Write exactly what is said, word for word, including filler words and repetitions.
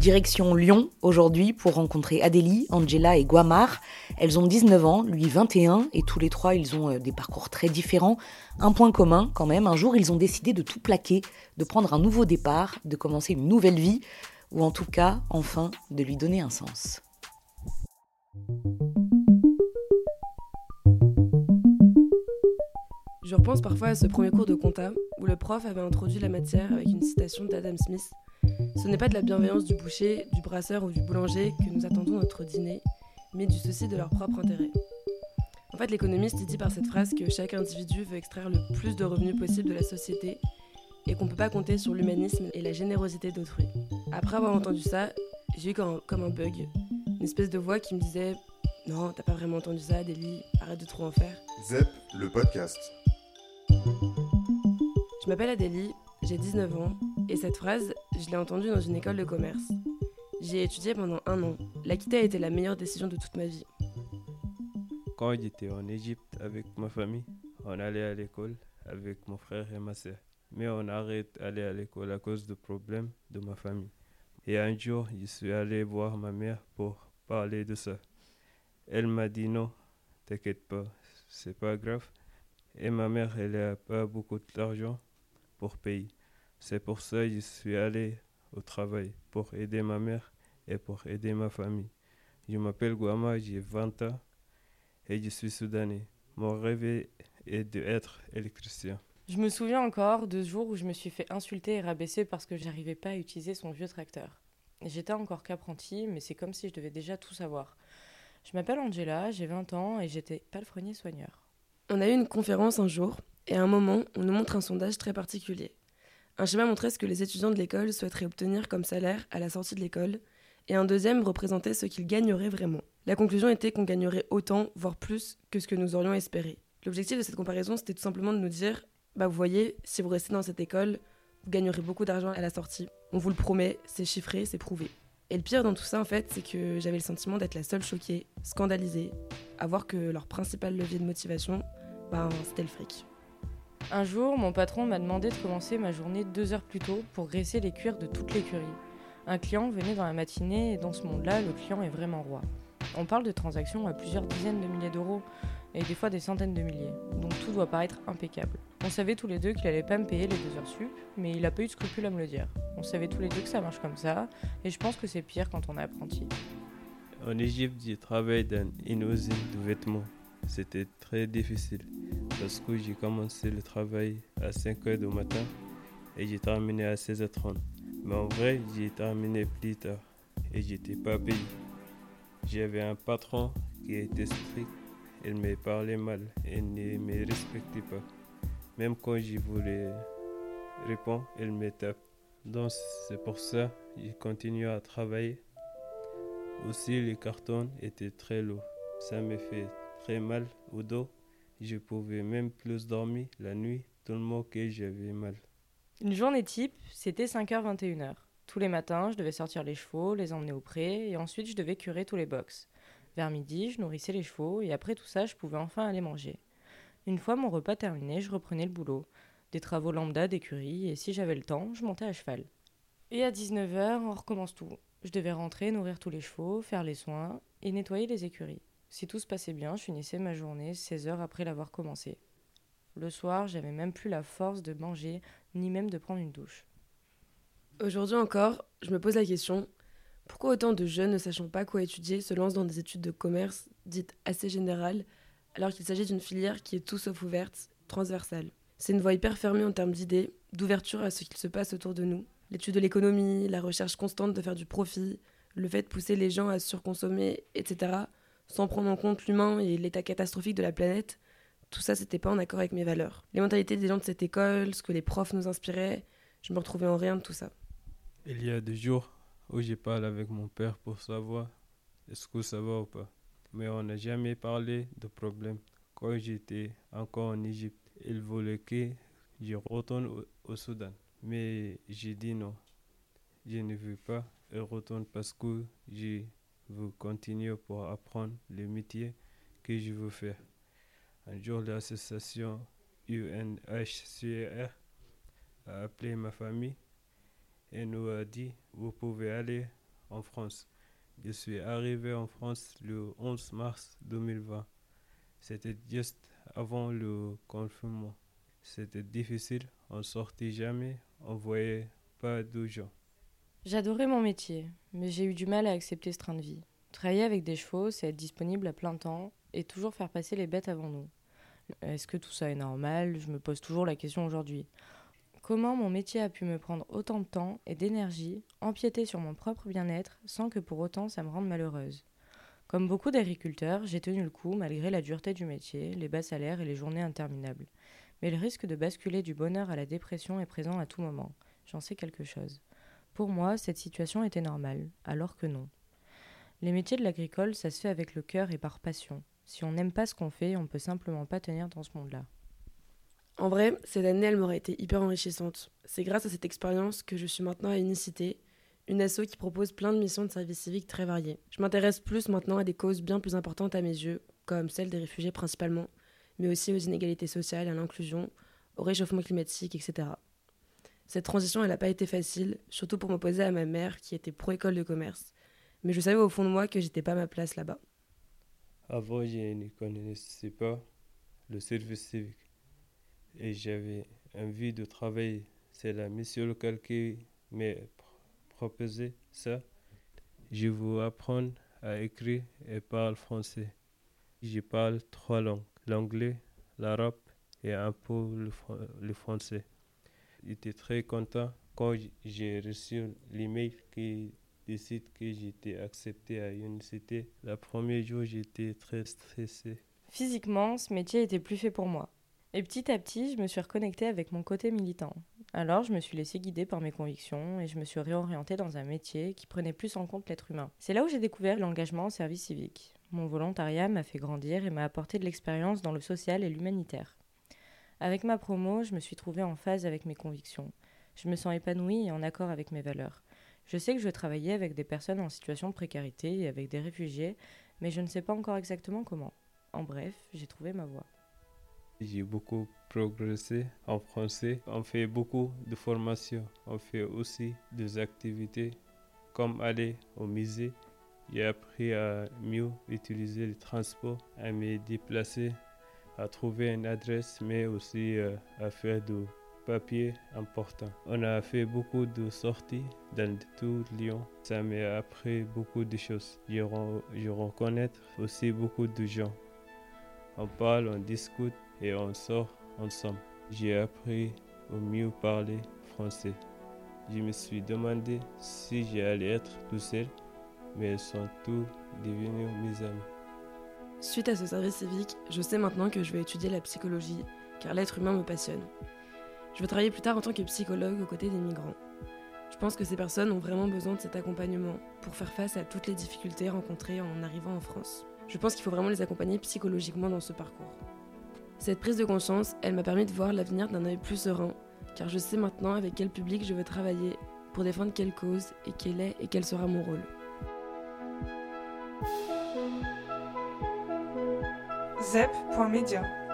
Direction Lyon aujourd'hui pour rencontrer Adélie, Angela et Guamar. Elles ont dix-neuf ans, lui vingt et un, et tous les trois ils ont des parcours très différents. Un point commun quand même, un jour ils ont décidé de tout plaquer, de prendre un nouveau départ, de commencer une nouvelle vie, ou en tout cas, enfin, de lui donner un sens. Je repense parfois à ce premier cours de compta où le prof avait introduit la matière avec une citation d'Adam Smith. Ce n'est pas de la bienveillance du boucher, du brasseur ou du boulanger que nous attendons notre dîner, mais du souci de leur propre intérêt. En fait, l'économiste dit par cette phrase que chaque individu veut extraire le plus de revenus possible de la société et qu'on ne peut pas compter sur l'humanisme et la générosité d'autrui. Après avoir entendu ça, j'ai eu comme un, comme un bug, une espèce de voix qui me disait « Non, t'as pas vraiment entendu ça, Adélie, arrête de trop en faire. » Zep, le podcast. Je m'appelle Adélie, j'ai dix-neuf ans, et cette phrase, je l'ai entendue dans une école de commerce. J'y ai étudié pendant un an. La quitter a été la meilleure décision de toute ma vie. Quand j'étais en Égypte avec ma famille, on allait à l'école avec mon frère et ma sœur. Mais on arrête d'aller à l'école à cause de problèmes de ma famille. Et un jour, je suis allé voir ma mère pour parler de ça. Elle m'a dit non, t'inquiète pas, c'est pas grave. Et ma mère, elle n'a pas beaucoup d'argent pour payer. C'est pour ça que je suis allé au travail, pour aider ma mère et pour aider ma famille. Je m'appelle Guamar, j'ai vingt ans et je suis soudanais. Mon rêve est d'être électricien. Je me souviens encore de ce jour où je me suis fait insulter et rabaisser parce que j'arrivais pas à utiliser son vieux tracteur. J'étais encore qu'apprenti, mais c'est comme si je devais déjà tout savoir. Je m'appelle Angela, j'ai vingt ans et j'étais palefrenier soigneur. On a eu une conférence un jour, et à un moment, on nous montre un sondage très particulier. Un schéma montrait ce que les étudiants de l'école souhaiteraient obtenir comme salaire à la sortie de l'école, et un deuxième représentait ce qu'ils gagneraient vraiment. La conclusion était qu'on gagnerait autant, voire plus, que ce que nous aurions espéré. L'objectif de cette comparaison, c'était tout simplement de nous dire « Bah vous voyez, si vous restez dans cette école, vous gagnerez beaucoup d'argent à la sortie. On vous le promet, c'est chiffré, c'est prouvé. » Et le pire dans tout ça, en fait, c'est que j'avais le sentiment d'être la seule choquée, scandalisée, à voir que leur principal levier de motivation, ben, c'était le fric. Un jour, mon patron m'a demandé de commencer ma journée deux heures plus tôt pour graisser les cuirs de toute l'écurie. Un client venait dans la matinée et dans ce monde-là, le client est vraiment roi. On parle de transactions à plusieurs dizaines de milliers d'euros et des fois des centaines de milliers, donc tout doit paraître impeccable. On savait tous les deux qu'il allait pas me payer les deux heures sup, mais il a pas eu de scrupule à me le dire. On savait tous les deux que ça marche comme ça, et je pense que c'est pire quand on est apprenti. En Égypte, j'ai travaillé dans une usine de vêtements. C'était très difficile parce que j'ai commencé le travail à cinq heures du matin et j'ai terminé à seize heures trente. Mais en vrai, j'ai terminé plus tard et j'étais pas payé. J'avais un patron qui était strict, il me parlait mal et ne me respectait pas. Même quand je voulais répondre, il me tape. Donc c'est pour ça que j'ai continué à travailler. Aussi, les cartons étaient très lourds. Ça me fait très mal au dos. Je pouvais même plus dormir la nuit tellement que j'avais mal. Une journée type, c'était cinq heures vingt et une heures. Tous les matins, je devais sortir les chevaux, les emmener au pré, et ensuite je devais curer tous les box. Vers midi, je nourrissais les chevaux, et après tout ça, je pouvais enfin aller manger. Une fois mon repas terminé, je reprenais le boulot. Des travaux lambda d'écurie, et si j'avais le temps, je montais à cheval. Et à dix-neuf heures, on recommence tout. Je devais rentrer, nourrir tous les chevaux, faire les soins, et nettoyer les écuries. Si tout se passait bien, je finissais ma journée seize heures après l'avoir commencé. Le soir, j'avais même plus la force de manger, ni même de prendre une douche. Aujourd'hui encore, je me pose la question, pourquoi autant de jeunes ne sachant pas quoi étudier se lancent dans des études de commerce dites assez générales, alors qu'il s'agit d'une filière qui est tout sauf ouverte, transversale. C'est une voie hyper fermée en termes d'idées, d'ouverture à ce qu'il se passe autour de nous. L'étude de l'économie, la recherche constante de faire du profit, le fait de pousser les gens à surconsommer, et cetera, sans prendre en compte l'humain et l'état catastrophique de la planète, tout ça, c'était pas en accord avec mes valeurs. Les mentalités des gens de cette école, ce que les profs nous inspiraient, je me retrouvais en rien de tout ça. Il y a des jours où je parle avec mon père pour savoir est-ce que ça va ou pas. Mais on n'a jamais parlé de problème. Quand j'étais encore en Égypte, il voulait que je retourne au, au Soudan. Mais j'ai dit non. Je ne veux pas y retourner parce que je veux continuer pour apprendre le métier que je veux faire. Un jour, l'association U N H C R a appelé ma famille et nous a dit vous pouvez aller en France. Je suis arrivé en France le onze mars deux mille vingt. C'était juste avant le confinement. C'était difficile, on sortait jamais, on voyait pas de gens. J'adorais mon métier, mais j'ai eu du mal à accepter ce train de vie. Travailler avec des chevaux, c'est être disponible à plein temps et toujours faire passer les bêtes avant nous. Est-ce que tout ça est normal ? Je me pose toujours la question aujourd'hui. Comment mon métier a pu me prendre autant de temps et d'énergie, empiéter sur mon propre bien-être, sans que pour autant ça me rende malheureuse ? Comme beaucoup d'agriculteurs, j'ai tenu le coup malgré la dureté du métier, les bas salaires et les journées interminables. Mais le risque de basculer du bonheur à la dépression est présent à tout moment. J'en sais quelque chose. Pour moi, cette situation était normale, alors que non. Les métiers de l'agricole, ça se fait avec le cœur et par passion. Si on n'aime pas ce qu'on fait, on peut simplement pas tenir dans ce monde-là. En vrai, cette année, elle m'aurait été hyper enrichissante. C'est grâce à cette expérience que je suis maintenant à Unicité, une asso qui propose plein de missions de service civique très variées. Je m'intéresse plus maintenant à des causes bien plus importantes à mes yeux, comme celle des réfugiés principalement, mais aussi aux inégalités sociales, à l'inclusion, au réchauffement climatique, et cetera. Cette transition, elle n'a pas été facile, surtout pour m'opposer à ma mère qui était pro-école de commerce. Mais je savais au fond de moi que j'étais pas à ma place là-bas. Avant, je ne connaissais pas le service civique et j'avais envie de travailler. C'est la mission locale qui m'a proposé ça. Je veux apprendre à écrire et parler français. Je parle trois langues, l'anglais, l'arabe et un peu le, fr- le français. J'étais très content quand j'ai reçu l'email qui décide que j'étais accepté à l'université. Le premier jour, j'étais très stressé. Physiquement, ce métier était plus fait pour moi. Et petit à petit, je me suis reconnectée avec mon côté militant. Alors, je me suis laissée guider par mes convictions et je me suis réorientée dans un métier qui prenait plus en compte l'être humain. C'est là où j'ai découvert l'engagement au service civique. Mon volontariat m'a fait grandir et m'a apporté de l'expérience dans le social et l'humanitaire. Avec ma promo, je me suis trouvée en phase avec mes convictions. Je me sens épanouie et en accord avec mes valeurs. Je sais que je veux travailler avec des personnes en situation de précarité et avec des réfugiés, mais je ne sais pas encore exactement comment. En bref, j'ai trouvé ma voie. J'ai beaucoup progressé en français. On fait beaucoup de formations. On fait aussi des activités comme aller au musée. J'ai appris à mieux utiliser le transport, à me déplacer, à trouver une adresse, mais aussi euh, à faire du papier important. On a fait beaucoup de sorties dans tout Lyon. Ça m'a appris beaucoup de choses. Je, re- je reconnais aussi beaucoup de gens. On parle, on discute et on sort ensemble. J'ai appris au mieux parler français. Je me suis demandé si j'allais être tout seul, mais ils sont tous devenus mes amis. Suite à ce service civique, je sais maintenant que je vais étudier la psychologie, car l'être humain me passionne. Je veux travailler plus tard en tant que psychologue aux côtés des migrants. Je pense que ces personnes ont vraiment besoin de cet accompagnement pour faire face à toutes les difficultés rencontrées en arrivant en France. Je pense qu'il faut vraiment les accompagner psychologiquement dans ce parcours. Cette prise de conscience, elle m'a permis de voir l'avenir d'un œil plus serein, car je sais maintenant avec quel public je veux travailler, pour défendre quelle cause, et quel est et quel sera mon rôle. zep point media